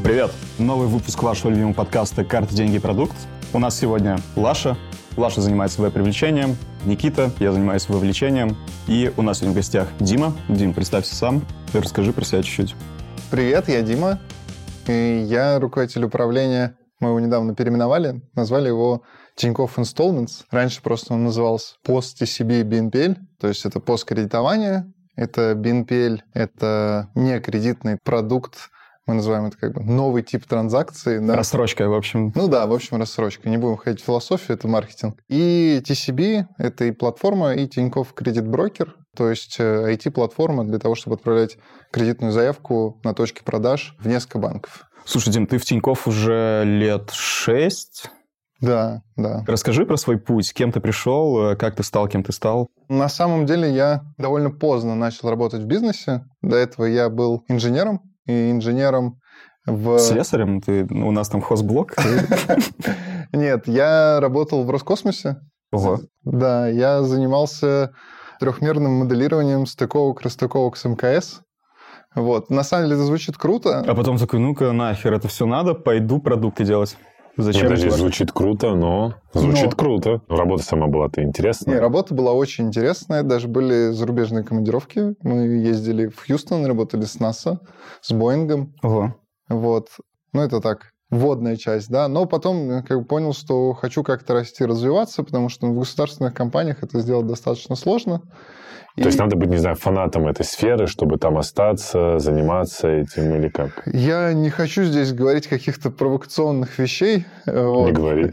Привет! Новый выпуск вашего любимого подкаста «Карты, деньги, продукт». У нас сегодня Лаша. Лаша занимается веб-привлечением. Никита, я занимаюсь вовлечением. И у нас сегодня в гостях Дима. Дим, представься сам и расскажи про себя чуть-чуть. Привет, я Дима. И я руководитель управления. Мы его недавно переименовали. Назвали его Тинькофф Installments. Раньше просто он назывался Post TCB BNPL. То есть это посткредитование. Это BNPL. Это не кредитный продукт. Мы называем это как бы новый тип транзакции. Да? Рассрочка, в общем. Ну да, в общем, рассрочка. Не будем ходить в философию, это маркетинг. И TCB — это и платформа, и Тинькофф Кредит Брокер, то есть IT-платформа для того, чтобы отправлять кредитную заявку на точке продаж в несколько банков. Слушай, Дим, ты в Тинькофф уже лет 6? Да. Расскажи про свой путь. Кем ты пришел, как ты стал, кем ты стал? На самом деле я довольно поздно начал работать в бизнесе. До этого я был инженером. И инженером в... Слесарем? У нас там хозблок? Нет, я работал в Роскосмосе. Ого. Да, я занимался трехмерным моделированием стыковок-расстыковок с МКС. Вот. На самом деле это звучит круто. А потом такой, ну-ка нахер, это все надо, пойду продукты делать. Зачем? Подожди, звучит круто, но звучит круто. Работа сама была-то интересная. Не, работа была очень интересная. Даже были зарубежные командировки. Мы ездили в Хьюстон, работали с НАСА, с Боингом. Ого. Вот. Ну, это так, вводная часть, да. Но потом как бы понял, что хочу как-то расти, развиваться, потому что в государственных компаниях это сделать достаточно сложно. То есть надо быть, не знаю, фанатом этой сферы, чтобы там остаться, заниматься этим или как? Я не хочу здесь говорить каких-то провокационных вещей. Не говори.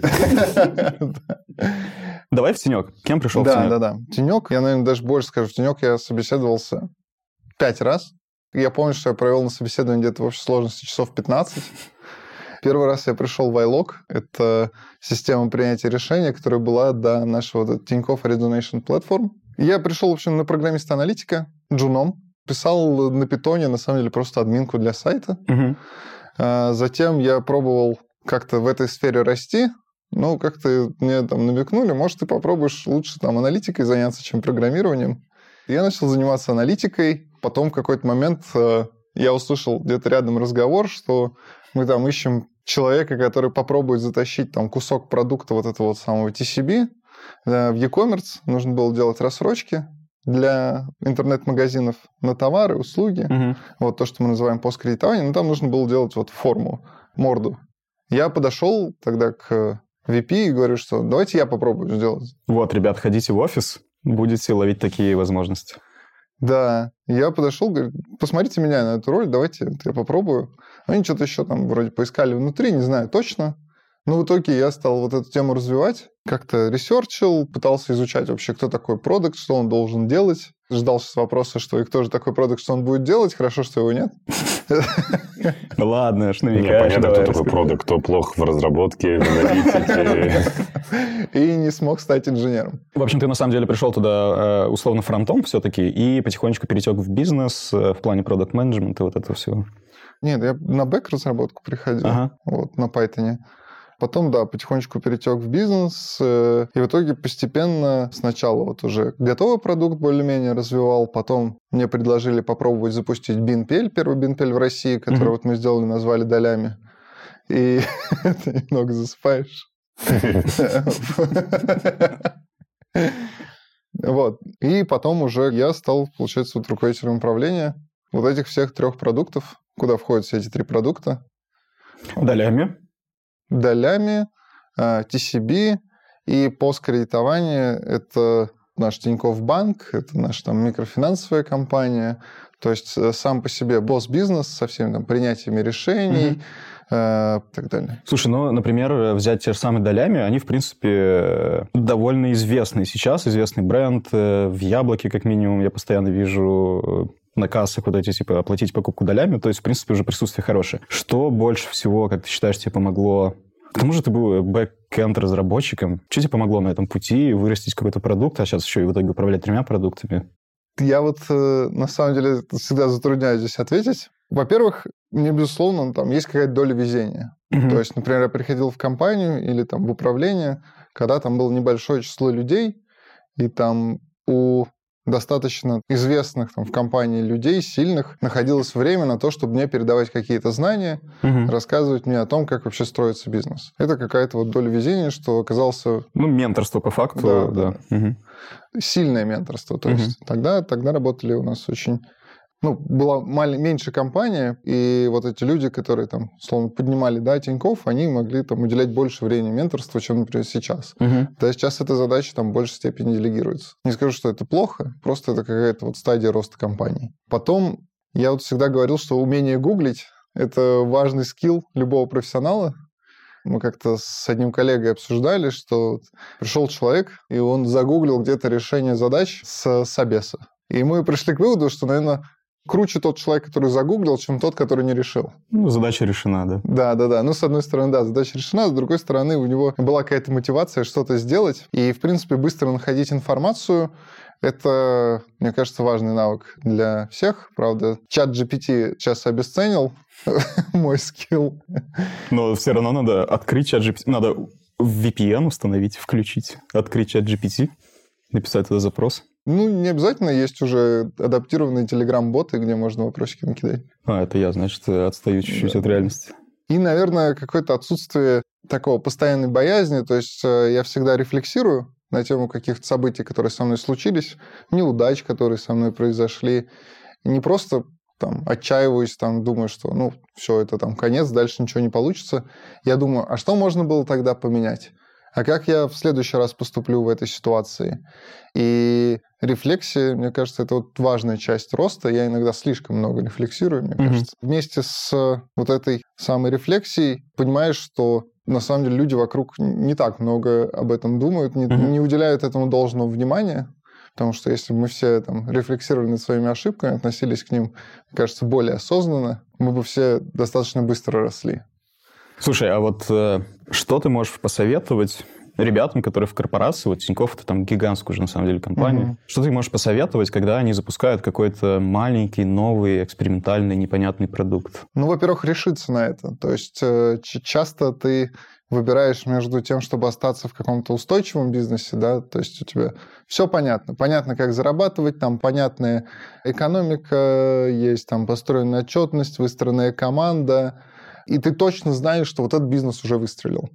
Давай в Тинек. Кем пришел в Тинек? Да. Тинек, я, наверное, даже больше скажу. В Тинек я собеседовался 5 раз. Я помню, что я провел на собеседовании где-то в общей сложности часов 15. Первый раз я пришел в iLog. Это система принятия решений, которая была до нашего Тинькофф Origination Platform. Я пришел, в общем, на программиста-аналитика, джуном. Писал на питоне, на самом деле, просто админку для сайта. Угу. Затем я пробовал как-то в этой сфере расти. Ну, как-то мне там намекнули, может, ты попробуешь лучше там аналитикой заняться, чем программированием. Я начал заниматься аналитикой. Потом в какой-то момент я услышал где-то рядом разговор, что мы там ищем человека, который попробует затащить там кусок продукта вот этого вот самого TCB в e-commerce. Нужно было делать рассрочки для интернет-магазинов на товары, услуги. Угу. Вот то, что мы называем посткредитование. Но там нужно было делать вот форму, морду. Я подошел тогда к VP и говорю, что давайте я попробую сделать. Вот, ребят, ходите в офис, будете ловить такие возможности. Да, я подошел, говорю, посмотрите меня на эту роль, давайте я попробую. Они что-то еще там вроде поискали внутри, не знаю точно. Но в итоге я стал вот эту тему развивать, как-то ресерчил, пытался изучать вообще, кто такой продакт, что он должен делать. Ждал сейчас вопроса, что и кто же такой продакт, что он будет делать. Хорошо, что его нет. Ну ладно, аж намекаешь. Понятно, кто такой продакт, кто плох в разработке, в аналитике. И не смог стать инженером. В общем, ты на самом деле пришел туда условно фронтом все-таки и потихонечку перетек в бизнес в плане продакт-менеджмента, вот этого всего. Нет, я на бэк-разработку приходил, вот, на Python. Потом, да, потихонечку перетек в бизнес, и в итоге постепенно сначала вот уже готовый продукт более-менее развивал, потом мне предложили попробовать запустить BNPL, первый BNPL в России, который вот мы сделали, назвали долями. И ты немного засыпаешь. Вот. И потом уже я стал, получается, вот руководителем управления вот этих всех 3 продуктов, куда входят все эти 3 продукта. Долями, TCB и посткредитование. Это наш Тинькофф Банк, это наша там микрофинансовая компания. То есть сам по себе босс-бизнес со всеми там принятиями решений и так далее. Слушай, ну, например, взять те же самые долями, они, в принципе, довольно известны сейчас, известный бренд. В Яблоке, как минимум, я постоянно вижу на кассах вот эти, типа, оплатить покупку долями. То есть, в принципе, уже присутствие хорошее. Что больше всего, как ты считаешь, тебе помогло? К тому же ты был бэк-энд-разработчиком. Что тебе помогло на этом пути вырастить какой-то продукт, а сейчас еще и в итоге управлять 3 продуктами? Я вот, на самом деле, всегда затрудняюсь здесь ответить. Во-первых, мне, безусловно, там есть какая-то доля везения. То есть, например, я приходил в компанию или там в управление, когда там было небольшое число людей, и там у достаточно известных там в компании людей, сильных, находилось время на то, чтобы мне передавать какие-то знания, рассказывать мне о том, как вообще строится бизнес. Это какая-то вот доля везения, что оказался... менторство по факту, да. Сильное менторство. То есть тогда работали у нас очень... была меньше компания, и вот эти люди, которые там, словно, поднимали, Тинькофф, они могли там уделять больше времени менторству, чем, например, сейчас. Да, сейчас эта задача там в большей степени делегируется. Не скажу, что это плохо, просто это какая-то вот стадия роста компании. Потом я вот всегда говорил, что умение гуглить — это важный скилл любого профессионала. Мы как-то с одним коллегой обсуждали, что пришел человек, и он загуглил где-то решение задач с собеса. И мы пришли к выводу, что, наверное, круче тот человек, который загуглил, чем тот, который не решил. Задача решена, да. Да. С одной стороны, да, задача решена, с другой стороны, у него была какая-то мотивация что-то сделать. И, в принципе, быстро находить информацию — это, мне кажется, важный навык для всех. Правда, ChatGPT сейчас обесценил мой скилл. Но все равно надо открыть ChatGPT. Надо VPN установить, включить, открыть ChatGPT, написать туда запрос. Не обязательно, есть уже адаптированные Telegram-боты, где можно вопросики накидать. Это я, значит, отстаю чуть-чуть от реальности. И, наверное, какое-то отсутствие такого постоянной боязни. То есть я всегда рефлексирую на тему каких-то событий, которые со мной случились, неудач, которые со мной произошли. И не просто там отчаиваюсь, думаю, что все, это конец, дальше ничего не получится. Я думаю, а что можно было тогда поменять? А как я в следующий раз поступлю в этой ситуации? И рефлексия, мне кажется, это вот важная часть роста. Я иногда слишком много рефлексирую, мне кажется. Вместе с вот этой самой рефлексией понимаешь, что на самом деле люди вокруг не так много об этом думают, не уделяют этому должного внимания. Потому что если бы мы все рефлексировали над своими ошибками, относились к ним, мне кажется, более осознанно, мы бы все достаточно быстро росли. Слушай, а вот что ты можешь посоветовать ребятам, которые в корпорации, Тинькофф — это гигантская уже на самом деле компания, что ты можешь посоветовать, когда они запускают какой-то маленький, новый, экспериментальный, непонятный продукт? Во-первых, решиться на это. То есть часто ты выбираешь между тем, чтобы остаться в каком-то устойчивом бизнесе, да, то есть у тебя все понятно. Понятно, как зарабатывать, понятная экономика, есть построенная отчетность, выстроенная команда, и ты точно знаешь, что вот этот бизнес уже выстрелил.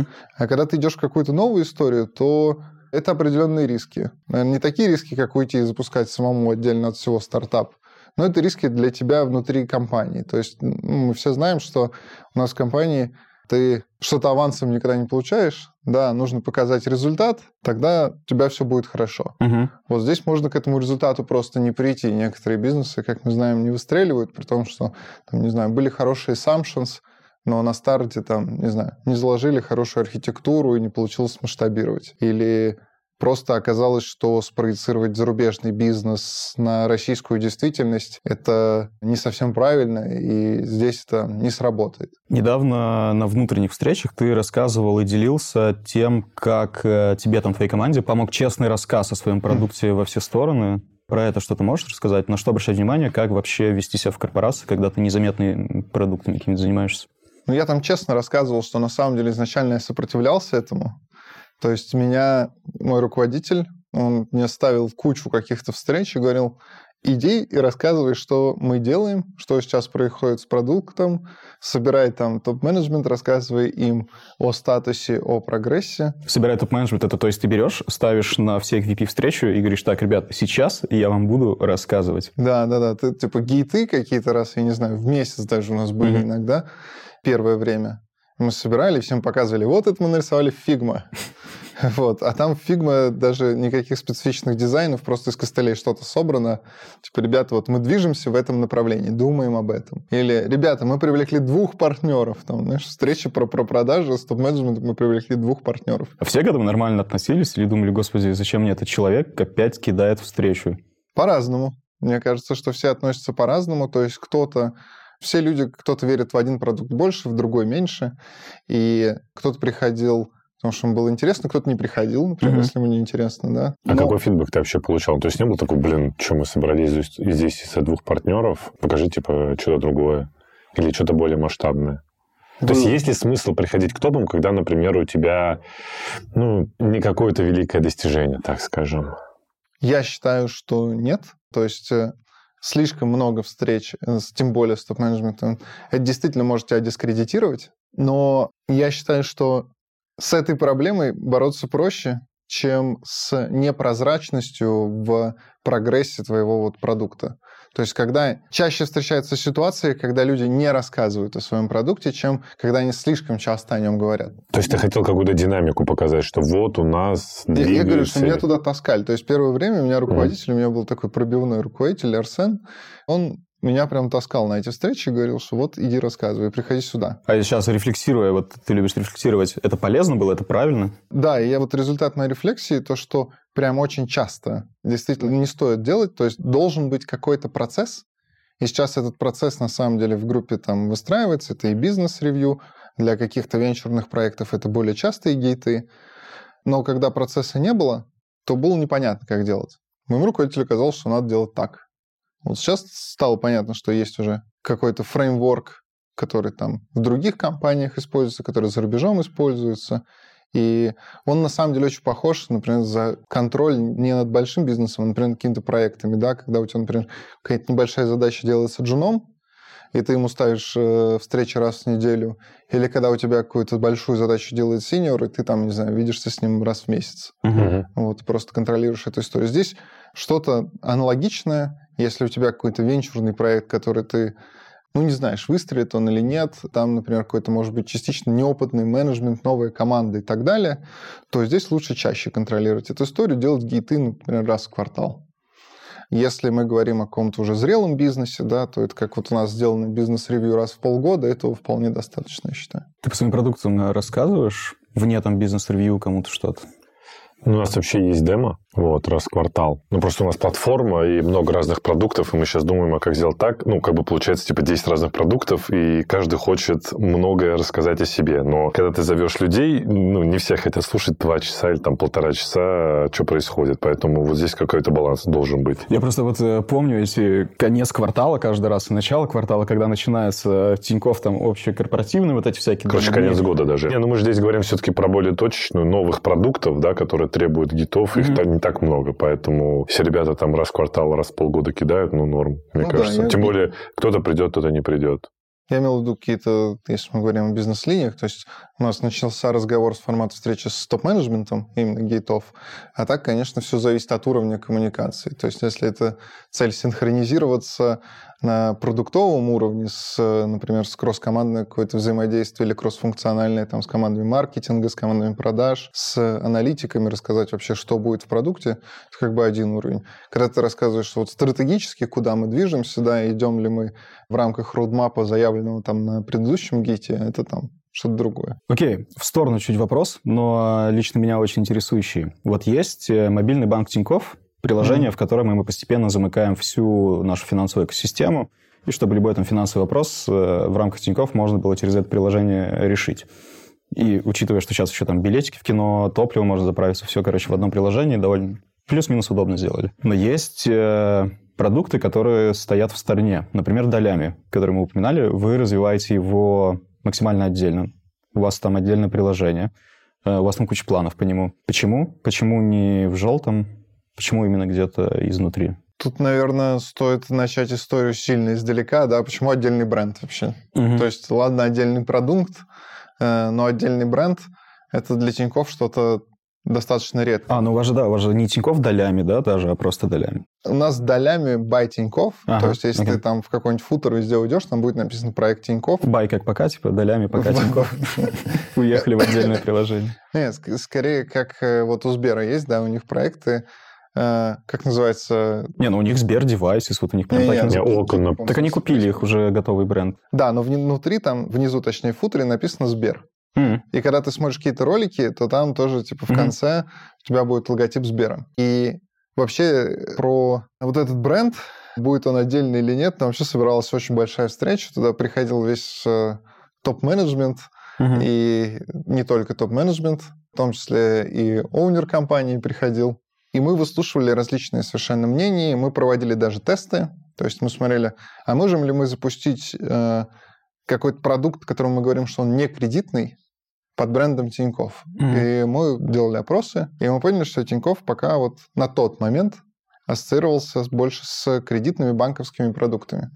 А когда ты идешь в какую-то новую историю, то это определенные риски. Наверное, не такие риски, как уйти и запускать самому отдельно от всего стартап, но это риски для тебя внутри компании. То есть мы все знаем, что у нас в компании ты что-то авансом никогда не получаешь, да, нужно показать результат, тогда у тебя все будет хорошо. Вот здесь можно к этому результату просто не прийти. Некоторые бизнесы, как мы знаем, не выстреливают, при том, что, были хорошие assumptions, но на старте, не заложили хорошую архитектуру и не получилось масштабировать. Или просто оказалось, что спроецировать зарубежный бизнес на российскую действительность — это не совсем правильно, и здесь это не сработает. Недавно на внутренних встречах ты рассказывал и делился тем, как тебе, твоей команде помог честный рассказ о своем продукте во все стороны. Про это что-то можешь рассказать? На что обращать внимание? Как вообще вести себя в корпорации, когда ты незаметными продуктами какими-то занимаешься? Я честно рассказывал, что на самом деле изначально я сопротивлялся этому. То есть мой руководитель, он мне ставил кучу каких-то встреч и говорил: иди и рассказывай, что мы делаем, что сейчас происходит с продуктом, собирай топ-менеджмент, рассказывай им о статусе, о прогрессе. Собирай топ-менеджмент, это то есть ты берешь, ставишь на всех VP встречу и говоришь: так, ребят, сейчас я вам буду рассказывать. Да, ты гейты какие-то раз, я не знаю, в месяц даже у нас были иногда, первое время. Мы собирали, всем показывали: вот это мы нарисовали в Figma. А там в Figma даже никаких специфичных дизайнов, просто из костылей что-то собрано. Ребята, мы движемся в этом направлении, думаем об этом. Или: ребята, мы привлекли 2 партнеров. Встреча про продажи с топ-менеджментом, мы привлекли 2 партнеров. А все к этому нормально относились или думали: господи, зачем мне этот человек опять кидает встречу? По-разному. Мне кажется, что все относятся по-разному. То есть все люди, кто-то верит в один продукт больше, в другой меньше. И кто-то приходил, потому что ему было интересно, кто-то не приходил, например, если ему не интересно, да. А какой фидбэк ты вообще получал? То есть не было такого: что мы собрались здесь из-за 2 партнеров, покажи, что-то другое или что-то более масштабное? То есть есть ли смысл приходить к топам, когда, например, у тебя, не какое-то великое достижение, так скажем? Я считаю, что нет. То есть слишком много встреч, тем более с топ-менеджментом, это действительно может тебя дискредитировать. Но я считаю, что с этой проблемой бороться проще, чем с непрозрачностью в прогрессе твоего вот продукта. То есть когда чаще встречаются ситуации, когда люди не рассказывают о своем продукте, чем когда они слишком часто о нем говорят. То есть ты хотел какую-то динамику показать, что вот у нас двигаются... Я говорю, что меня туда таскали. То есть первое время у меня руководитель, у меня был такой пробивной руководитель, Арсен, он меня прям таскал на эти встречи и говорил, что вот иди рассказывай, приходи сюда. А сейчас рефлексируя, вот ты любишь рефлексировать, это полезно было, это правильно? Да, и я вот результат моей рефлексии, то, что прям очень часто действительно не стоит делать, то есть должен быть какой-то процесс, и сейчас этот процесс на самом деле в группе там выстраивается, это и бизнес-ревью, для каких-то венчурных проектов это более частые гейты, но когда процесса не было, то было непонятно, как делать. Моему руководителю казалось, что надо делать так. Вот сейчас стало понятно, что есть уже какой-то фреймворк, который там в других компаниях используется, который за рубежом используется. И он на самом деле очень похож, например, за контроль не над большим бизнесом, а, например, над какими-то проектами, да, когда у тебя, например, какая-то небольшая задача делается джуном, и ты ему ставишь встречи раз в неделю, или когда у тебя какую-то большую задачу делает синьор, и ты там, не знаю, видишься с ним раз в месяц. Вот, просто контролируешь эту историю. Здесь что-то аналогичное, если у тебя какой-то венчурный проект, который ты, ну, не знаешь, выстрелит он или нет, там, например, какой-то, может быть, частично неопытный менеджмент, новая команда и так далее, то здесь лучше чаще контролировать эту историю, делать гейты, например, раз в квартал. Если мы говорим о каком-то уже зрелом бизнесе, да, то это как вот у нас сделано бизнес-ревью раз в полгода, этого вполне достаточно, я считаю. Ты по своим продуктам рассказываешь вне там бизнес-ревью кому-то что-то? У нас вообще есть демо, вот, раз в квартал. Ну, просто у нас платформа и много разных продуктов, и мы сейчас думаем, а как сделать так. Ну, как бы получается, типа, 10 разных продуктов, и каждый хочет многое рассказать о себе. Но когда ты зовешь людей, ну, не все хотят слушать 2 часа или там 1,5 часа, что происходит. Поэтому вот здесь какой-то баланс должен быть. Я просто вот помню эти конец квартала каждый раз, и начало квартала, когда начинается Тинькофф там общекорпоративные, вот эти всякие... Короче, конец года даже. Не, ну, мы же здесь говорим все-таки про более точечную, новых продуктов, да, которые требуют гитов, их не так много, поэтому все ребята там раз в квартал, раз в полгода кидают, ну, норм, мне кажется. Да, тем более, кто-то придет, кто-то не придет. Я имел в виду какие-то, если мы говорим о бизнес-линиях, то есть у нас начался разговор с формата встречи с топ-менеджментом, именно гейтов, а так, конечно, все зависит от уровня коммуникации. То есть если это цель синхронизироваться на продуктовом уровне, например, с кросс-командной какое-то взаимодействие или кросс-функциональное там, с командами маркетинга, с командами продаж, с аналитиками, рассказать вообще, что будет в продукте, это как бы один уровень. Когда ты рассказываешь, что вот стратегически, куда мы движемся, да, идем ли мы в рамках роудмапа, заявленного там на предыдущем гите, это там что-то другое. Окей, в сторону чуть вопрос, но лично меня очень интересующий. Вот есть мобильный банк Тинькофф, приложение, в котором мы постепенно замыкаем всю нашу финансовую экосистему, и чтобы любой там финансовый вопрос в рамках Тинькофф можно было через это приложение решить. И учитывая, что сейчас еще там билетики в кино, топливо можно заправиться, все, короче, в одном приложении довольно плюс-минус удобно сделали. Но есть продукты, которые стоят в стороне. Например, Долями, который мы упоминали, вы развиваете его максимально отдельно. У вас там отдельное приложение, у вас там куча планов по нему. Почему? Почему не в желтом? Почему именно где-то изнутри? Тут, наверное, стоит начать историю сильно издалека, да, почему отдельный бренд вообще? То есть, ладно, отдельный продукт, но отдельный бренд – это для Тинькофф что-то достаточно редко. Ну у вас же не Тинькофф Долями, да, даже, а просто Долями. У нас Долями by Тинькофф, то есть если ты там в какой-нибудь футер везде уйдешь, там будет написано проект Тинькофф. Бай как пока, типа Долями пока Тинькофф. Уехали в отдельное приложение. Нет, скорее как вот у Сбера есть, да, у них проекты, как называется... У них Сбер Devices, вот у них прям так Так они купили их уже готовый бренд. Да, но внутри, там, внизу, точнее, в футере написано Сбер. И когда ты смотришь какие-то ролики, то там тоже, типа, в конце у тебя будет логотип Сбера. И вообще про вот этот бренд, будет он отдельный или нет, там вообще собиралась очень большая встреча, туда приходил весь топ-менеджмент, и не только топ-менеджмент, в том числе и оунер компании приходил. И мы выслушивали различные совершенно мнения, и мы проводили даже тесты. То есть мы смотрели, а можем ли мы запустить какой-то продукт, о котором мы говорим, что он не кредитный, под брендом Тинькофф. И мы делали опросы, и мы поняли, что Тинькофф пока вот на тот момент ассоциировался больше с кредитными банковскими продуктами.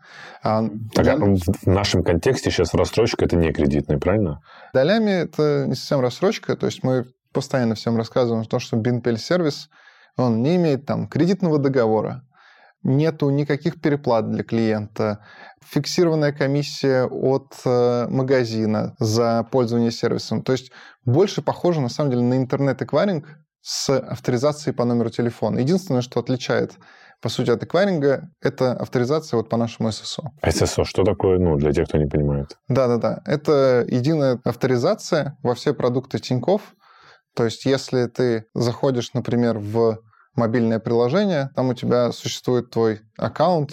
В нашем контексте сейчас рассрочка – это не кредитный, правильно? Долями это не совсем рассрочка, то есть мы постоянно всем рассказываем о том, что BNPL-сервис, он не имеет там кредитного договора, нету никаких переплат для клиента, фиксированная комиссия от магазина за пользование сервисом. То есть больше похоже, на самом деле, на интернет-эквайринг с авторизацией по номеру телефона. Единственное, что отличает, по сути, от эквайринга, это авторизация вот по нашему ССО. ССО, что такое, для тех, кто не понимает? Да. Это единая авторизация во все продукты Тинькофф. То есть если ты заходишь, например, в мобильное приложение, там у тебя существует твой аккаунт.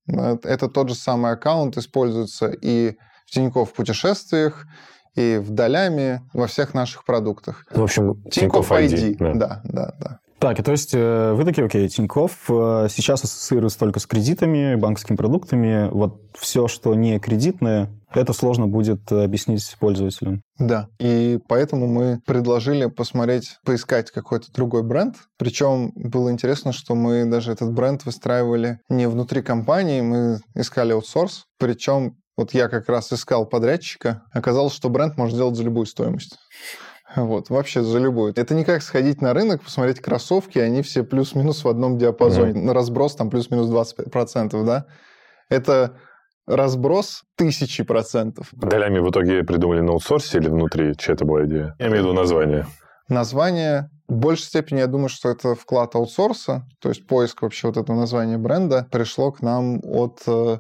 Это тот же самый аккаунт, используется и в Тинькофф путешествиях, и в Долями, во всех наших продуктах. В общем, Тинькофф ID. Да. Так, и то есть вы такие, окей, Тинькофф сейчас ассоциируется только с кредитами, банковскими продуктами. Вот все, что не кредитное, это сложно будет объяснить пользователям. Да, и поэтому мы предложили поискать какой-то другой бренд. Причем было интересно, что мы даже этот бренд выстраивали не внутри компании, мы искали аутсорс. Причем вот я как раз искал подрядчика. Оказалось, что бренд можно сделать за любую стоимость. Вообще за любую. Это не как сходить на рынок, посмотреть кроссовки, они все плюс-минус в одном диапазоне. На разброс там плюс-минус 20%, да? Это разброс 1000%. Долями в итоге придумали на аутсорсе или внутри? Чья это была идея? Я имею в виду название. Название, в большей степени, я думаю, что это вклад аутсорса, то есть поиск вообще вот этого названия бренда пришло к нам от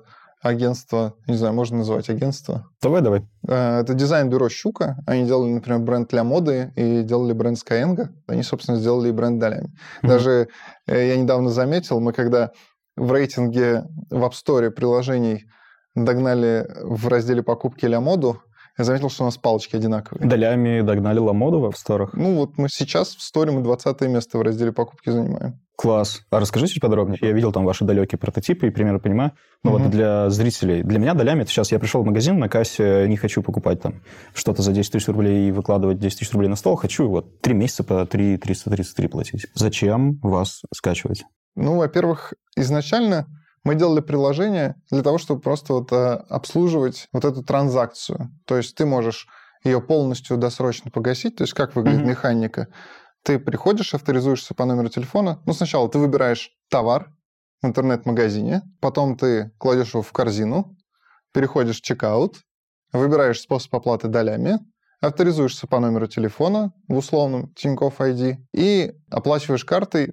агентства, не знаю, можно называть агентство? Давай. Это дизайн-бюро «Щука». Они делали, например, бренд для моды и делали бренд Skyeng. Они, собственно, сделали и бренд Долями. Даже я недавно заметил, мы когда в рейтинге в App Store приложений догнали в разделе покупки Ля Моду, я заметил, что у нас палочки одинаковые. Долями догнали Ла Моду в App Store? Мы сейчас в Store мы 20 место в разделе покупки занимаем. Класс. А расскажи чуть подробнее. Я видел там ваши далекие прототипы и примерно понимаю. Вот для зрителей. Для меня Долями, это сейчас я пришел в магазин, на кассе не хочу покупать там что-то за 10 тысяч рублей и выкладывать 10 тысяч рублей на стол. Хочу 3 месяца по 333 платить. Зачем вас скачивать? Во-первых, изначально мы делали приложение для того, чтобы просто обслуживать эту транзакцию. То есть ты можешь ее полностью досрочно погасить. То есть как выглядит механика? Ты приходишь, авторизуешься по номеру телефона. Сначала ты выбираешь товар в интернет-магазине, потом ты кладешь его в корзину, переходишь в чекаут, выбираешь способ оплаты долями, авторизуешься по номеру телефона в условном Тинькофф ID и оплачиваешь картой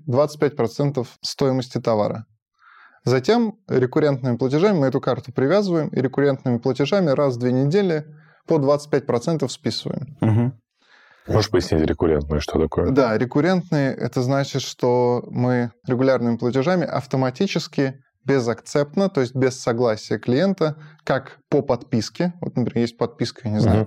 25% стоимости товара. Затем рекуррентными платежами мы эту карту привязываем и рекуррентными платежами раз в 2 недели по 25% списываем. Можешь пояснить рекуррентные, что такое? Да, рекуррентные – это значит, что мы регулярными платежами автоматически, безакцептно, то есть без согласия клиента, как по подписке. Например, есть подписка, я не знаю,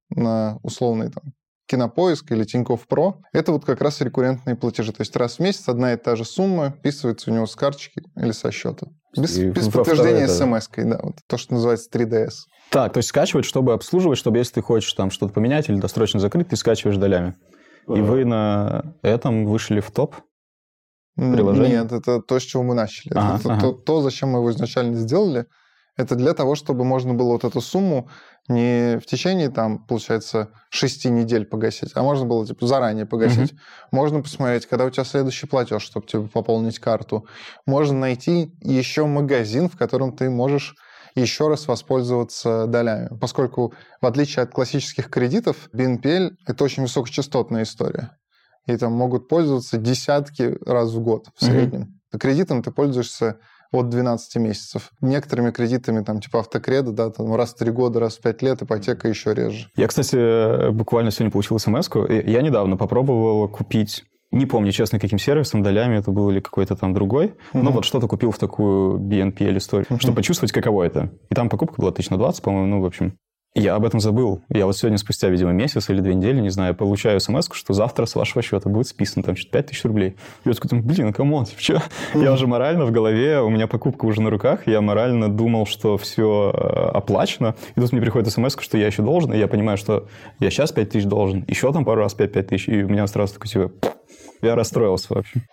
на условный Кинопоиск или Тинькофф Про. Это как раз рекуррентные платежи. То есть раз в месяц одна и та же сумма вписывается у него с карточки или со счета. Без подтверждения смс-кой, да. То, что называется 3DS. Так, то есть скачивать, чтобы обслуживать, чтобы если ты хочешь там что-то поменять или досрочно закрыть, ты скачиваешь Долями. И вы на этом вышли в топ приложения? Нет, это то, с чего мы начали. То, зачем мы его изначально сделали, это для того, чтобы можно было эту сумму не в течение, получается, 6 недель погасить, а можно было заранее погасить. Можно посмотреть, когда у тебя следующий платеж, чтобы пополнить карту. Можно найти еще магазин, в котором ты можешь еще раз воспользоваться долями. Поскольку, в отличие от классических кредитов, BNPL – это очень высокочастотная история. И там могут пользоваться десятки раз в год в среднем. Кредитом ты пользуешься от 12 месяцев. Некоторыми кредитами, типа автокреда, раз в 3 года, раз в 5 лет, ипотека еще реже. Я, кстати, буквально сегодня получил смс-ку. Я недавно попробовал купить, не помню, честно, каким сервисом, Долями это был или какой-то там другой, но что-то купил в такую BNPL-историю, чтобы почувствовать, каково это. И там покупка была 1020, по-моему, в общем. Я об этом забыл. Я сегодня спустя, видимо, месяц или 2 недели, не знаю, получаю смс-ку, что завтра с вашего счета будет списано там 5000 рублей. Я такой, камон, что? Я уже морально в голове, у меня покупка уже на руках, я морально думал, что все оплачено. И тут мне приходит смс-ка, что я еще должен, и я понимаю, что я сейчас 5000 должен, еще там пару раз 5000, и у меня сразу такой, я расстроился вообще.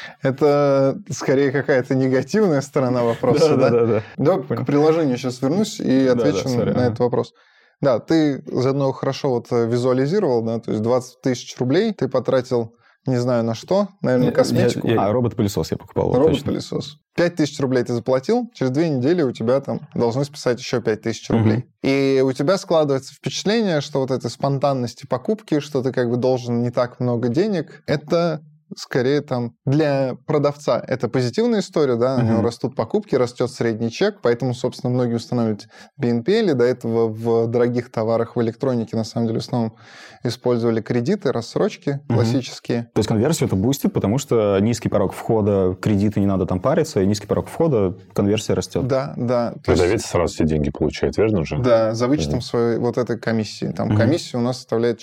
Это скорее какая-то негативная сторона вопроса, да? Да. Давай к приложению сейчас вернусь и отвечу на этот вопрос. Да, ты заодно хорошо вот визуализировал, да, то есть 20 тысяч рублей ты потратил, не знаю на что, наверное, на косметику. Робот-пылесос я покупал. Робот-пылесос. 5 тысяч рублей ты заплатил, через 2 недели у тебя там должны списать еще 5 тысяч рублей. И у тебя складывается впечатление, что вот этой спонтанности покупки, что ты как бы должен не так много денег, это... Скорее там для продавца это позитивная история, да, у него растут покупки, растет средний чек, поэтому, собственно, многие устанавливают BNPL, до этого в дорогих товарах в электронике, на самом деле, в основном использовали кредиты, рассрочки классические. То есть конверсию это бустит, потому что низкий порог входа, кредиты не надо там париться, и низкий порог входа, конверсия растет. Да. Продавец сразу все деньги получает, верно же? Да, за вычетом своей вот этой комиссии. Там комиссия у нас составляет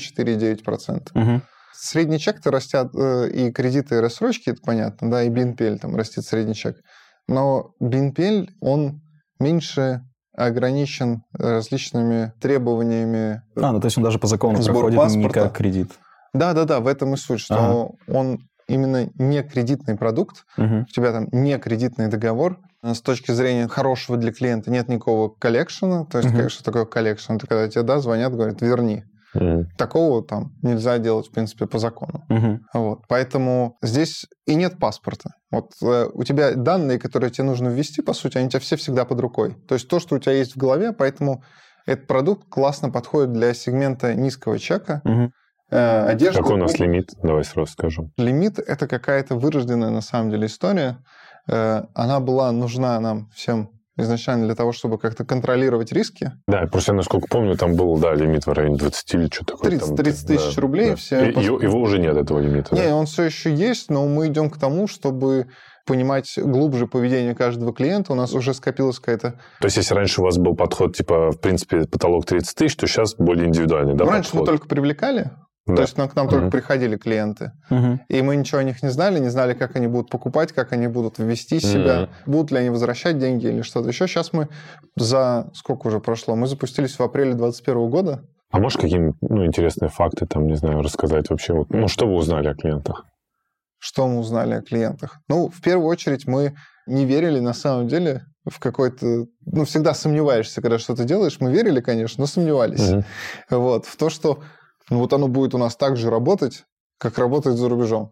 4,9%. Средний чек-то растет, и кредиты, и рассрочки, это понятно, да, и BNPL там растет средний чек. Но BNPL, он меньше ограничен различными требованиями. То есть он даже по закону проходит паспорта. Не как кредит. Да, в этом и суть, что он именно не кредитный продукт, у тебя там не кредитный договор. С точки зрения хорошего для клиента нет никакого коллекшена. То есть, что такое коллекшн? Это когда тебе звонят, говорят, верни. Такого там нельзя делать, в принципе, по закону. Вот. Поэтому здесь и нет паспорта. Вот у тебя данные, которые тебе нужно ввести, по сути, они у тебя все всегда под рукой. То есть то, что у тебя есть в голове, поэтому этот продукт классно подходит для сегмента низкого чека. Одежда. Какой у нас лимит? Давай сразу скажем. Лимит – это какая-то вырожденная, на самом деле, история. Она была нужна нам всем изначально для того, чтобы как-то контролировать риски. Да, просто я, насколько помню, там был, лимит в районе 20 или что-то такое. 30 тысяч рублей. Да. Все Его уже нет, этого лимита. Не, он все еще есть, но мы идем к тому, чтобы понимать глубже поведение каждого клиента. У нас уже скопилась какая-то... То есть, если раньше у вас был подход, в принципе, потолок 30 тысяч, то сейчас более индивидуальный, да, раньше мы только привлекали. Да. То есть к нам только приходили клиенты. И мы ничего о них не знали, как они будут покупать, как они будут ввести себя, будут ли они возвращать деньги или что-то еще. Сейчас мы сколько уже прошло? Мы запустились в апреле 2021 года. А можешь какие-нибудь интересные факты, рассказать вообще? Что вы узнали о клиентах? Что мы узнали о клиентах? В первую очередь мы не верили на самом деле в какой-то... всегда сомневаешься, когда что-то делаешь. Мы верили, конечно, но сомневались. Вот. В то, что оно будет у нас так же работать, как работает за рубежом.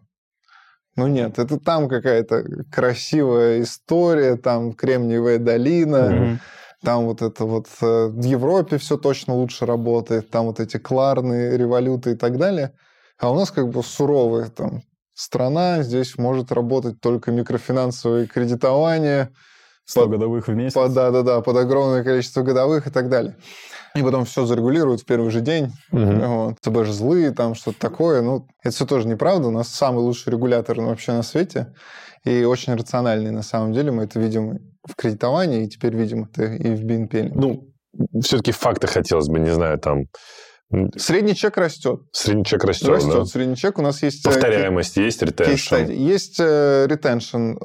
Нет, это там какая-то красивая история, там Кремниевая долина, там в Европе все точно лучше работает, там эти Кларны, Революты и так далее. А у нас суровая страна, здесь может работать только микрофинансовое кредитование. 100 годовых в месяц. Под огромное количество годовых и так далее. И потом все зарегулируют в первый же день. ЦБ же злые, там что-то такое. Это все тоже неправда. У нас самый лучший регулятор вообще на свете. И очень рациональный на самом деле. Мы это видим в кредитовании, и теперь видим это и в BNPL. Все-таки факты хотелось бы, не знаю, Средний чек растет. Средний чек растет, да? Средний чек. У нас есть... Повторяемость есть, ретеншн. Есть ретеншн.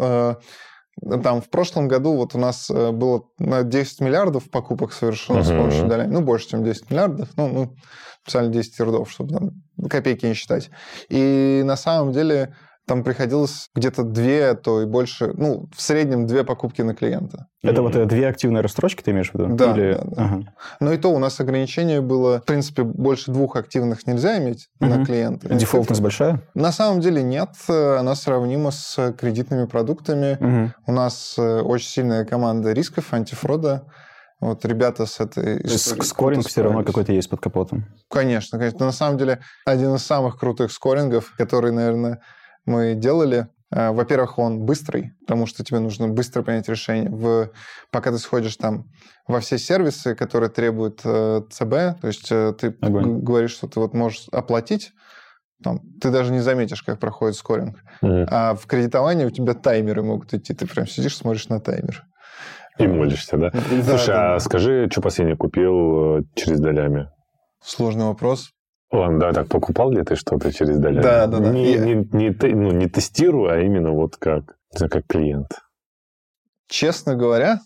В прошлом году у нас было 10 миллиардов покупок совершено с помощью долями. Больше, чем 10 миллиардов. Специально 10 ярдов, чтобы копейки не считать. И на самом деле там приходилось где-то 2, то и больше, в среднем 2 покупки на клиента. Это 2 активные рассрочки, ты имеешь в виду? Да. Ага. Но и то у нас ограничение было, в принципе, больше 2 активных нельзя иметь на клиента. Дефолтность большая? На самом деле нет. Она сравнима с кредитными продуктами. У нас очень сильная команда рисков, антифрода. Ребята с этой... Скоринг все равно какой-то есть под капотом? Конечно. На самом деле, один из самых крутых скорингов, который, наверное, мы делали. Во-первых, он быстрый, потому что тебе нужно быстро принять решение. Пока ты сходишь во все сервисы, которые требуют ЦБ, то есть ты говоришь, что ты можешь оплатить, ты даже не заметишь, как проходит скоринг. А в кредитовании у тебя таймеры могут идти. Ты прям сидишь, смотришь на таймер. И молишься, да? Слушай, скажи, что последнее купил через долями? Сложный вопрос. Ладно, так покупал ли ты что-то через долями? Да. Не тестирую, а именно как клиент. Честно говоря,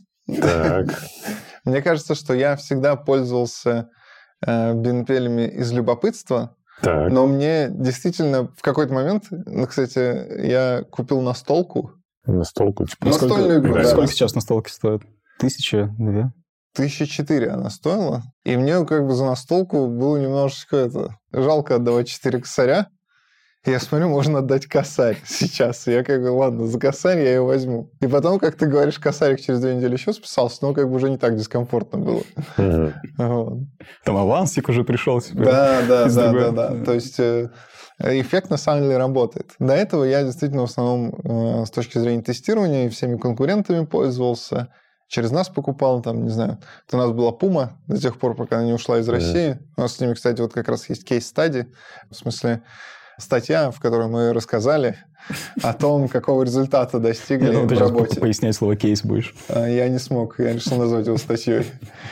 мне кажется, что я всегда пользовался BNPL из любопытства. Так. Но мне действительно в какой-то момент, кстати, я купил настолку. Настолку? Типа, Настольную игру, да. Сколько сейчас настолки стоят? 1000, 2? 1004 она стоила. И мне как бы за настолку было немножечко жалко отдавать 4 косаря. Я смотрю, можно отдать косарь сейчас. И я как бы, ладно, за косарь я ее возьму. И потом, как ты говоришь, косарик через 2 недели еще списался, но как бы уже не так дискомфортно было. Вот. Там авансик уже пришел. Да. То есть эффект на самом деле работает. До этого я действительно в основном с точки зрения тестирования и всеми конкурентами пользовался. Через нас покупал, там, не знаю. У нас была Puma до тех пор, пока она не ушла из России. У нас с ними, кстати, вот как раз есть кейс-стади. В смысле, статья, в которой мы рассказали о том, какого результата достигли в работе. Пояснять слово «кейс» будешь. Я не смог, я решил назвать его статьей.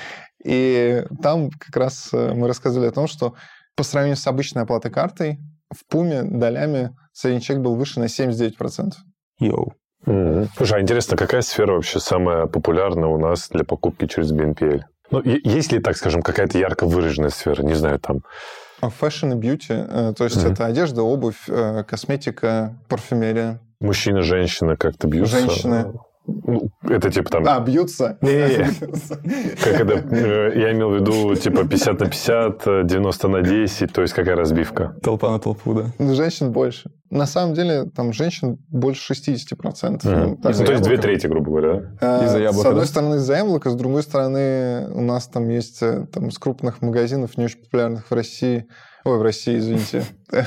И там как раз мы рассказывали о том, что по сравнению с обычной оплатой картой, в Puma долями средний чек был выше на 79%. Йоу. Слушай, а интересно, какая сфера вообще самая популярная у нас для покупки через BNPL? Ну, есть ли, так скажем, какая-то ярко выраженная сфера? Не знаю, там... Фэшн и бьюти, то есть это одежда, обувь, косметика, парфюмерия. Мужчина, женщина как-то бьются? Женщины. Ну, это типа там... бьются? Как это? Я имел в виду типа 50 на 50, 90 на 10, то есть какая разбивка? Толпа на толпу, да. Женщин больше. На самом деле, там женщин больше 60%. То есть 2/3, грубо говоря, да? Из-за яблока, с одной стороны, из-за яблока, с другой стороны, у нас там есть там, из крупных магазинов, не очень популярных в России, извините,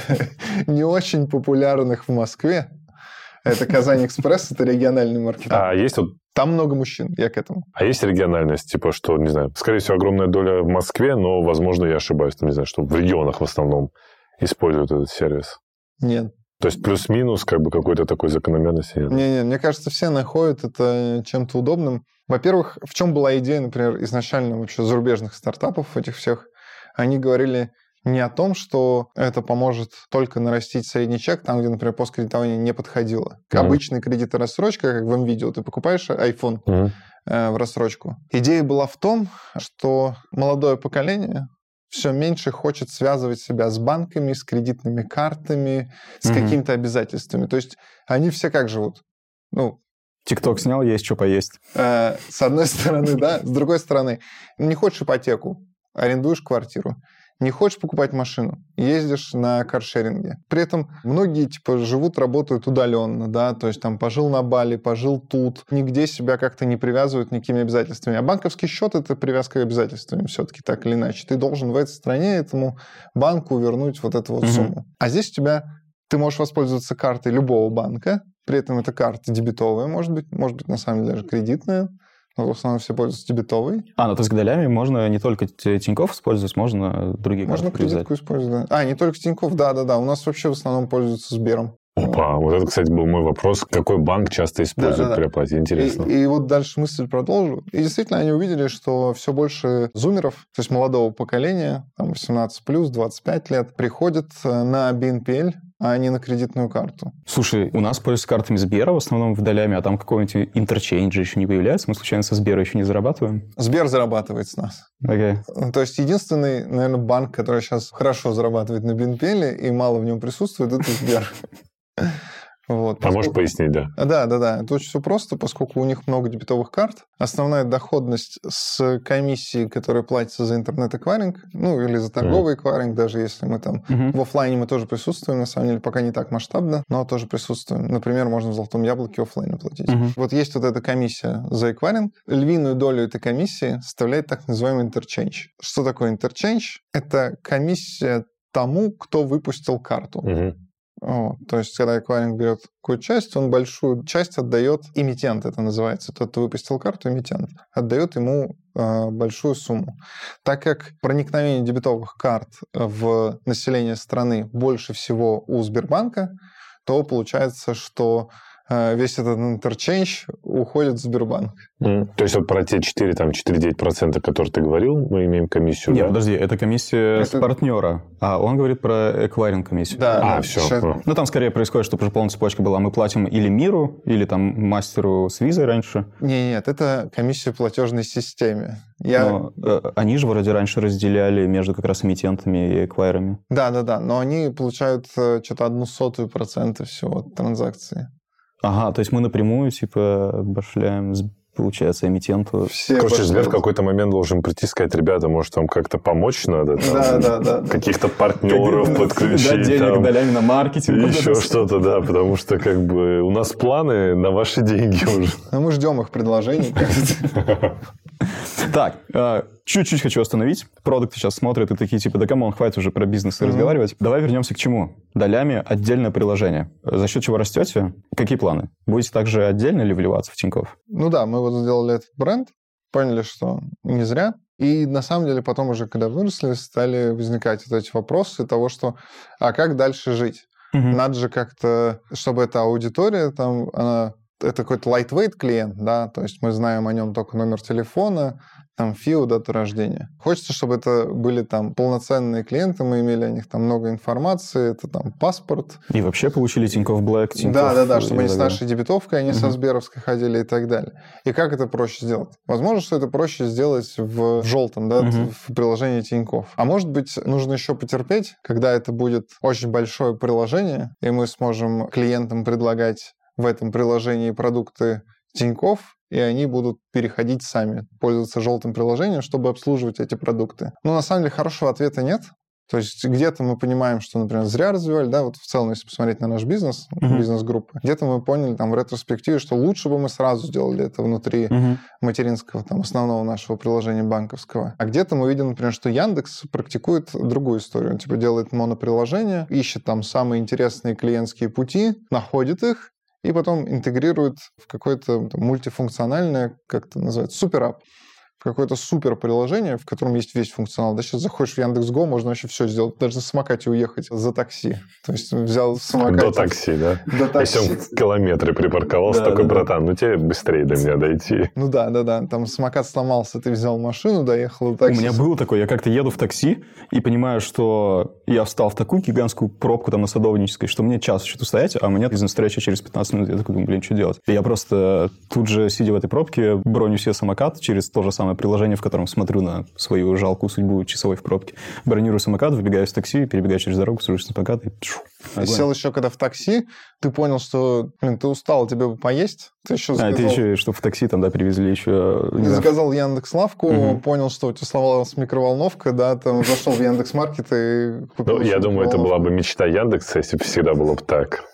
не очень популярных в Москве. Это Казань-Экспресс, это региональный маркет. А есть вот... Там много мужчин, я к этому. А есть региональность, типа, что, не знаю, скорее всего, огромная доля в Москве, но, возможно, я ошибаюсь, там, не знаю, что в регионах в основном используют этот сервис? Нет. То есть плюс-минус как бы какой-то такой закономерности нет? Не, мне кажется, все находят это чем-то удобным. Во-первых, в чем была идея, например, изначально вообще зарубежных стартапов этих всех? Они говорили не о том, что это поможет только нарастить средний чек, там, где, например, посткредитование не подходило. Обычный кредит и рассрочка, как в МВидео, ты покупаешь iPhone в рассрочку. Идея была в том, что молодое поколение все меньше хочет связывать себя с банками, с кредитными картами, с какими-то обязательствами. То есть они все как живут? ТикТок снял, есть что поесть. С одной стороны, да. С другой стороны, не хочешь ипотеку, арендуешь квартиру. Не хочешь покупать машину, ездишь на каршеринге. При этом многие живут, работают удаленно, да, то есть там пожил на Бали, пожил тут, нигде себя как-то не привязывают никакими обязательствами. А банковский счет — это привязка к обязательствам все-таки так или иначе. Ты должен в этой стране этому банку вернуть вот эту вот сумму. А здесь у тебя ты можешь воспользоваться картой любого банка, при этом эта карта дебетовая, может быть на самом деле даже кредитная. Но в основном все пользуются дебетовой. То есть к долями можно не только Тинькофф использовать, можно другие карты привязать. Можно кредитку использовать, да. Не только Тинькофф, да. У нас вообще в основном пользуются Сбером. Опа, вот это, кстати, был мой вопрос. Какой банк часто использует при оплате? Интересно. И вот дальше мысль продолжу. И действительно они увидели, что все больше зумеров, то есть молодого поколения, там 18+, 25 лет, приходят на BNPL, а не на кредитную карту. Слушай, у нас пользуются картами Сбера в основном в долями, а там какого-нибудь интерчейнджа еще не появляется? Мы случайно со Сбера еще не зарабатываем? Сбер зарабатывает с нас. Okay. То есть единственный, наверное, банк, который сейчас хорошо зарабатывает на BNPL и мало в нем присутствует, это Сбер. Вот, можешь пояснить, да? Да. Это очень все просто, поскольку у них много дебетовых карт. Основная доходность с комиссии, которая платится за интернет-эквайринг, или за торговый эквайринг, даже если мы там в офлайне мы тоже присутствуем, на самом деле пока не так масштабно, но тоже присутствуем. Например, можно в Золотом Яблоке офлайн платить. Вот есть вот эта комиссия за эквайринг. Львиную долю этой комиссии составляет так называемый интерчейндж. Что такое интерчейндж? Это комиссия тому, кто выпустил карту. То есть, когда эквайринг берет какую-то часть, он большую часть отдает эмитент, это называется. Тот, кто выпустил карту, эмитент, отдает ему большую сумму. Так как проникновение дебетовых карт в население страны больше всего у Сбербанка, то получается, что весь этот интерчейндж уходит в Сбербанк. То есть вот про те 4,9%, которые ты говорил, мы имеем комиссию, Нет, да? подожди, это комиссия с партнера, а он говорит про эквайринг комиссию. Да, все. Ну, там скорее происходит, чтобы уже полная цепочка была. Мы платим или Миру, или там мастеру с визой раньше. Нет, это комиссия в платежной системе. Но они же вроде раньше разделяли между как раз эмитентами и эквайрами. Да, но они получают что-то 0,01% всего от транзакции. Ага, то есть мы напрямую, башляем, получается, эмитенту. Короче, Сбер в какой-то момент должен прийти и сказать: ребята, может, вам как-то помочь надо? Да. Каких-то партнеров подключить. Дать денег долями на маркетинг. Еще что-то, да, потому что у нас планы на ваши деньги уже. Но мы ждем их предложений. Так, чуть-чуть хочу остановить. Продукты сейчас смотрят и такие, да камон, хватит уже про бизнес разговаривать. Давай вернемся к чему? Долями отдельное приложение. За счет чего растете? Какие планы? Будете также отдельно или вливаться в Тинькофф? Ну да, мы вот сделали этот бренд, поняли, что не зря. И на самом деле потом уже, когда выросли, стали возникать вот эти вопросы того, что а как дальше жить? Надо же как-то, чтобы эта аудитория там, это какой-то lightweight клиент, да, то есть мы знаем о нем только номер телефона, там ФИО, дату рождения. Хочется, чтобы это были там полноценные клиенты, мы имели о них там много информации, это там паспорт. И вообще получили Тинькофф Блэк, Да, чтобы они с нашей дебетовкой, они со Сберовской ходили и так далее. И как это проще сделать? Возможно, что это проще сделать в желтом, да, в приложении Тинькофф. А может быть, нужно еще потерпеть, когда это будет очень большое приложение, и мы сможем клиентам предлагать в этом приложении продукты Тинькофф, и они будут переходить сами, пользоваться желтым приложением, чтобы обслуживать эти продукты. Но на самом деле хорошего ответа нет. То есть где-то мы понимаем, что, например, зря развивали, да, вот в целом, если посмотреть на наш бизнес, бизнес-группы, где-то мы поняли там в ретроспективе, что лучше бы мы сразу сделали это внутри материнского, там, основного нашего приложения банковского. А где-то мы видим, например, что Яндекс практикует другую историю. Он делает моноприложение, ищет там самые интересные клиентские пути, находит их, и потом интегрирует в какое-то мультифункциональное, как это называется, суперап, в какое-то супер приложение, в котором есть весь функционал. Да, сейчас заходишь в Яндекс.Го, можно вообще все сделать, даже на самокате уехать за такси. То есть взял самокат. До такси, да? До такси. Если он в километре припарковался, такой, братан, тебе быстрее до меня дойти. Ну да. Там самокат сломался, ты взял машину, доехал до такси. У меня было такое, я как-то еду в такси и понимаю, что я встал в такую гигантскую пробку там на Садовнической, что мне час что-то стоять, а у меня бизнес-встреча через 15 минут. Я такой думаю, что делать? И я просто тут же, сидя в этой пробке, броню себе самокат через то же самое приложение, в котором смотрю на свою жалкую судьбу часовой в пробке. Бронирую самокат, выбегаю из такси, перебегаю через дорогу, сажусь на самокат и... Сел еще когда в такси, ты понял, что, ты устал, тебе бы поесть. Ты еще заказал... ты еще, что в такси там, привезли еще... Ты заказал Яндекс.Лавку, понял, что у тебя сломалась микроволновка, да, там зашел в Яндекс.Маркет и купил... Я думаю, это была бы мечта Яндекса, если бы всегда было бы так.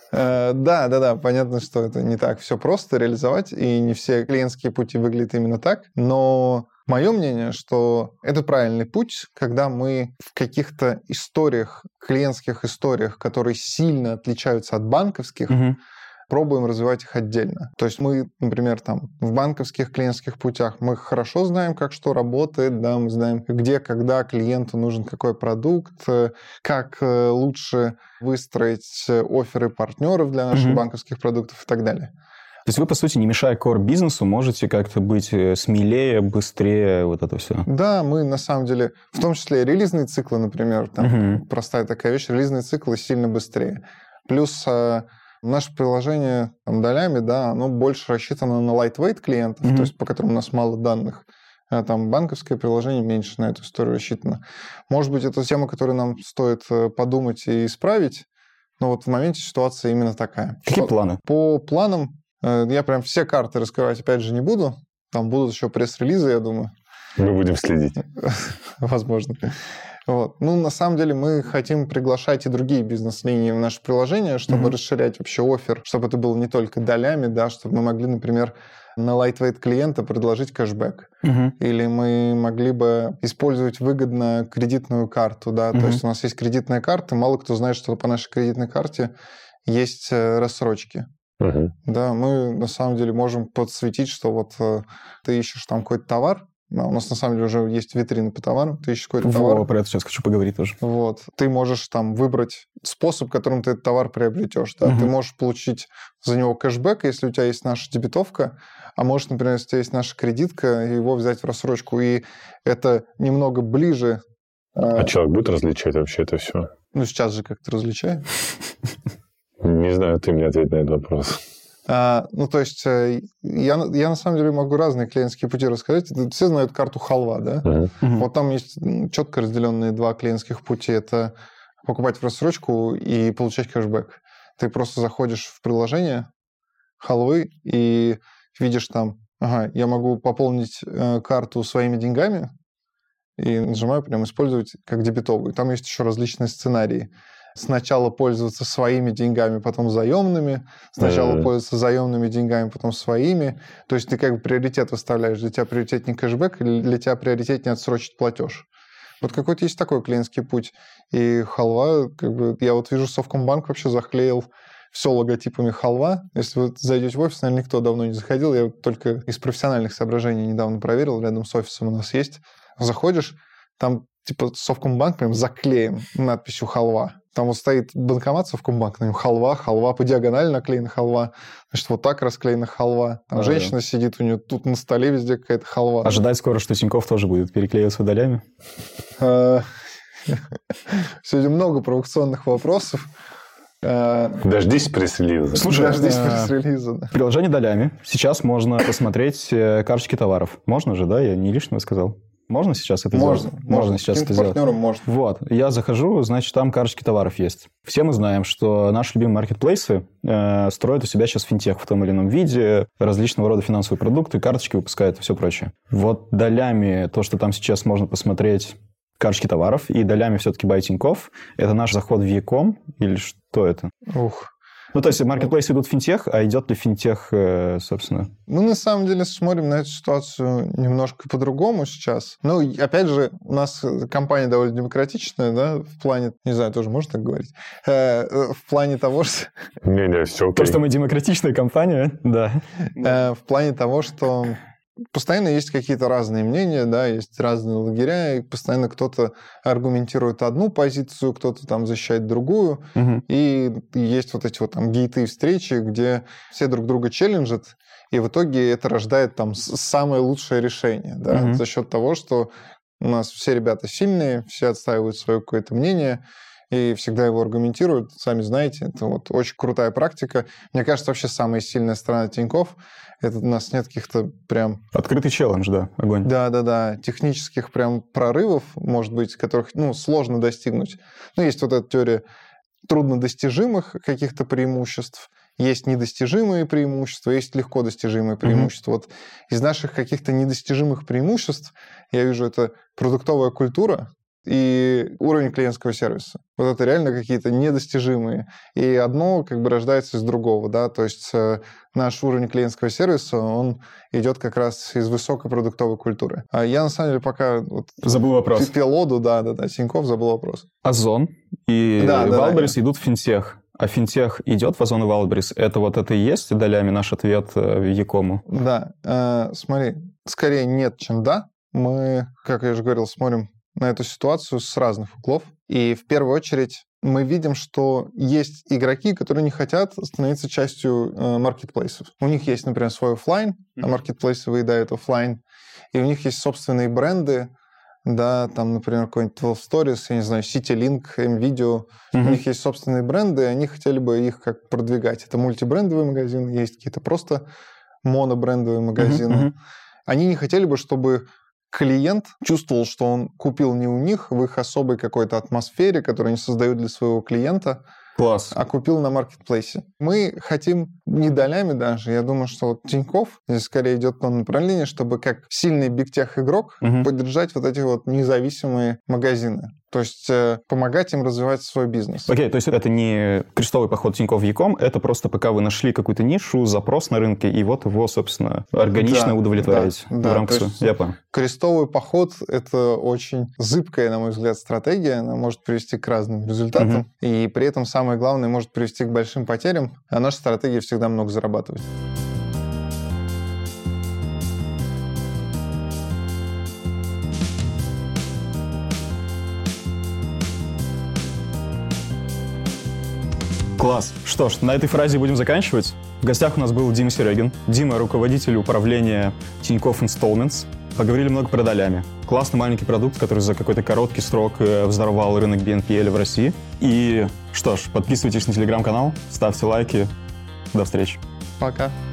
Да, понятно, что это не так все просто реализовать, и не все клиентские пути выглядят именно так, но мое мнение, что это правильный путь, когда мы в каких-то историях, клиентских историях, которые сильно отличаются от банковских, пробуем развивать их отдельно. То есть мы, например, там в банковских клиентских путях мы хорошо знаем, как что работает, да, мы знаем, где, когда клиенту нужен какой продукт, как лучше выстроить офферы партнеров для наших банковских продуктов и так далее. То есть вы, по сути, не мешая core-бизнесу, можете как-то быть смелее, быстрее, вот это все? Да, мы, на самом деле, в том числе релизные циклы, например, там простая такая вещь, релизные циклы сильно быстрее. Плюс наше приложение там, долями, да, оно больше рассчитано на lightweight клиентов, то есть по которым у нас мало данных. А там банковское приложение меньше на эту историю рассчитано. Может быть, это тема, которую нам стоит подумать и исправить, но вот в моменте ситуация именно такая. Какие планы? По планам я прям все карты раскрывать опять же не буду. Там будут еще пресс-релизы, я думаю. Мы будем следить. Возможно. Вот. На самом деле мы хотим приглашать и другие бизнес-линии в наше приложение, чтобы расширять вообще оффер, чтобы это было не только долями, да, чтобы мы могли, например, на lightweight клиента предложить кэшбэк. Или мы могли бы использовать выгодно кредитную карту, да, то есть у нас есть кредитная карта, мало кто знает, что по нашей кредитной карте есть рассрочки. Да, мы на самом деле можем подсветить, что вот ты ищешь там какой-то товар, Да, у нас на самом деле уже есть витрины по товарам, ты ищешь какой-то товар. Про это сейчас хочу поговорить тоже. Вот. Ты можешь там выбрать способ, которым ты этот товар приобретешь. Да? Ты можешь получить за него кэшбэк, если у тебя есть наша дебетовка, а можешь, например, если у тебя есть наша кредитка, его взять в рассрочку. И это немного ближе. А человек будет различать вообще это все? Ну, сейчас же как-то различаю. Не знаю, ты мне ответь на этот вопрос. Ну, то есть, я на самом деле могу разные клиентские пути рассказать. Все знают карту халва, да? Вот там есть четко разделенные два клиентских пути. Это покупать в рассрочку и получать кэшбэк. Ты просто заходишь в приложение халвы и видишь там, я могу пополнить карту своими деньгами и нажимаю прям «Использовать как дебетовую». Там есть еще различные сценарии. Сначала пользоваться своими деньгами, потом заемными. Сначала пользоваться заемными деньгами, потом своими. То есть ты как бы приоритет выставляешь. Для тебя приоритет не кэшбэк, или для тебя приоритет не отсрочить платеж. Вот какой-то есть такой клиентский путь. И халва, как бы, я вот вижу, Совкомбанк вообще заклеил все логотипами халва. Если вы зайдете в офис, наверное, никто давно не заходил. Я только из профессиональных соображений недавно проверил. Рядом с офисом у нас есть. Заходишь, там типа Совкомбанк прям заклеен надписью халва. Там вот стоит банкомат Совкомбанк, на нем халва по диагонали наклеена халва, значит, вот так расклеена халва. Там женщина сидит, у нее тут на столе везде какая-то халва. Ожидать скоро, что Тинькофф тоже будет переклеиваться долями? Сегодня много провокационных вопросов. Дождись пресс-релиза. Слушай, дождись пресс-релиза. Да. Приложение долями. Сейчас можно посмотреть карточки товаров. Можно же, да? Я не лишнего сказал. Можно сейчас это сделать? Можно сейчас это сделать. Можно. Вот. Я захожу, значит, там карточки товаров есть. Все мы знаем, что наши любимые маркетплейсы строят у себя сейчас финтех в том или ином виде, различного рода финансовые продукты, карточки выпускают и все прочее. Вот долями, то, что там сейчас можно посмотреть карточки товаров, и долями все-таки by Тинькофф, это наш заход в e-com или что это? Ну, то есть маркетплейсы идут в финтех, а идет ли финтех, собственно? Мы, на самом деле, смотрим на эту ситуацию немножко по-другому сейчас. Ну, опять же, у нас компания довольно демократичная, да, в плане... Не знаю, тоже можно так говорить? В плане того, что... Не, все окей. То, что мы демократичная компания, да. В плане того, что... Постоянно есть какие-то разные мнения, да, есть разные лагеря, и постоянно кто-то аргументирует одну позицию, кто-то там защищает другую, и есть вот эти вот там гейты встречи, где все друг друга челленджат, и в итоге это рождает там самое лучшее решение, да, за счет того, что у нас все ребята сильные, все отстаивают свое какое-то мнение, и всегда его аргументируют. Сами знаете, это вот очень крутая практика. Мне кажется, вообще самая сильная сторона Тинькофф — это у нас нет каких-то прям... Открытый челлендж, да, огонь. Да. Технических прям прорывов, может быть, которых, сложно достигнуть. Есть вот эта теория труднодостижимых каких-то преимуществ, есть недостижимые преимущества, есть легко достижимые преимущества. Вот из наших каких-то недостижимых преимуществ я вижу, это продуктовая культура и уровень клиентского сервиса. Вот это реально какие-то недостижимые. И одно как бы рождается из другого, да, то есть наш уровень клиентского сервиса, он идет как раз из высокой продуктовой культуры. А я, на самом деле, пока... Забыл вопрос. Пел оду, да, Тинькофф, забыл вопрос. Озон и Валберес идут в финтех. А финтех идет в Озон и Валберес? Это и есть долями наш ответ в e-com? Да. Смотри, скорее нет, чем да. Мы, как я уже говорил, смотрим на эту ситуацию с разных углов. И в первую очередь мы видим, что есть игроки, которые не хотят становиться частью маркетплейсов. У них есть, например, свой офлайн, а маркетплейсы выедают офлайн. И у них есть собственные бренды, да, там, например, какой-нибудь 12 Stories, я не знаю, CityLink, MVideo. У них есть собственные бренды, и они хотели бы их как продвигать. Это мультибрендовые магазины, есть какие-то просто монобрендовые магазины. Они не хотели бы, чтобы клиент чувствовал, что он купил не у них в их особой какой-то атмосфере, которую они создают для своего клиента, Класс. А купил на маркетплейсе. Мы хотим не долями даже. Я думаю, что вот Тинькофф здесь скорее идет в том направлении, чтобы как сильный бигтех-игрок поддержать вот эти вот независимые магазины. То есть помогать им развивать свой бизнес. Окей, то есть это не крестовый поход Тинькофф в e-com, это просто пока вы нашли какую-то нишу, запрос на рынке, и вот его, собственно, органично удовлетворяете в рамках. Я понял. Крестовый поход — это очень зыбкая, на мой взгляд, стратегия. Она может привести к разным результатам. И при этом самое главное, может привести к большим потерям. А наша стратегия всегда много зарабатывать. Класс. Что ж, на этой фразе будем заканчивать. В гостях у нас был Дима Серегин. Дима — руководитель управления Тинькофф Installments. Поговорили много про долями. Классный маленький продукт, который за какой-то короткий срок взорвал рынок BNPL в России. И что ж, подписывайтесь на телеграм-канал, ставьте лайки. До встречи. Пока.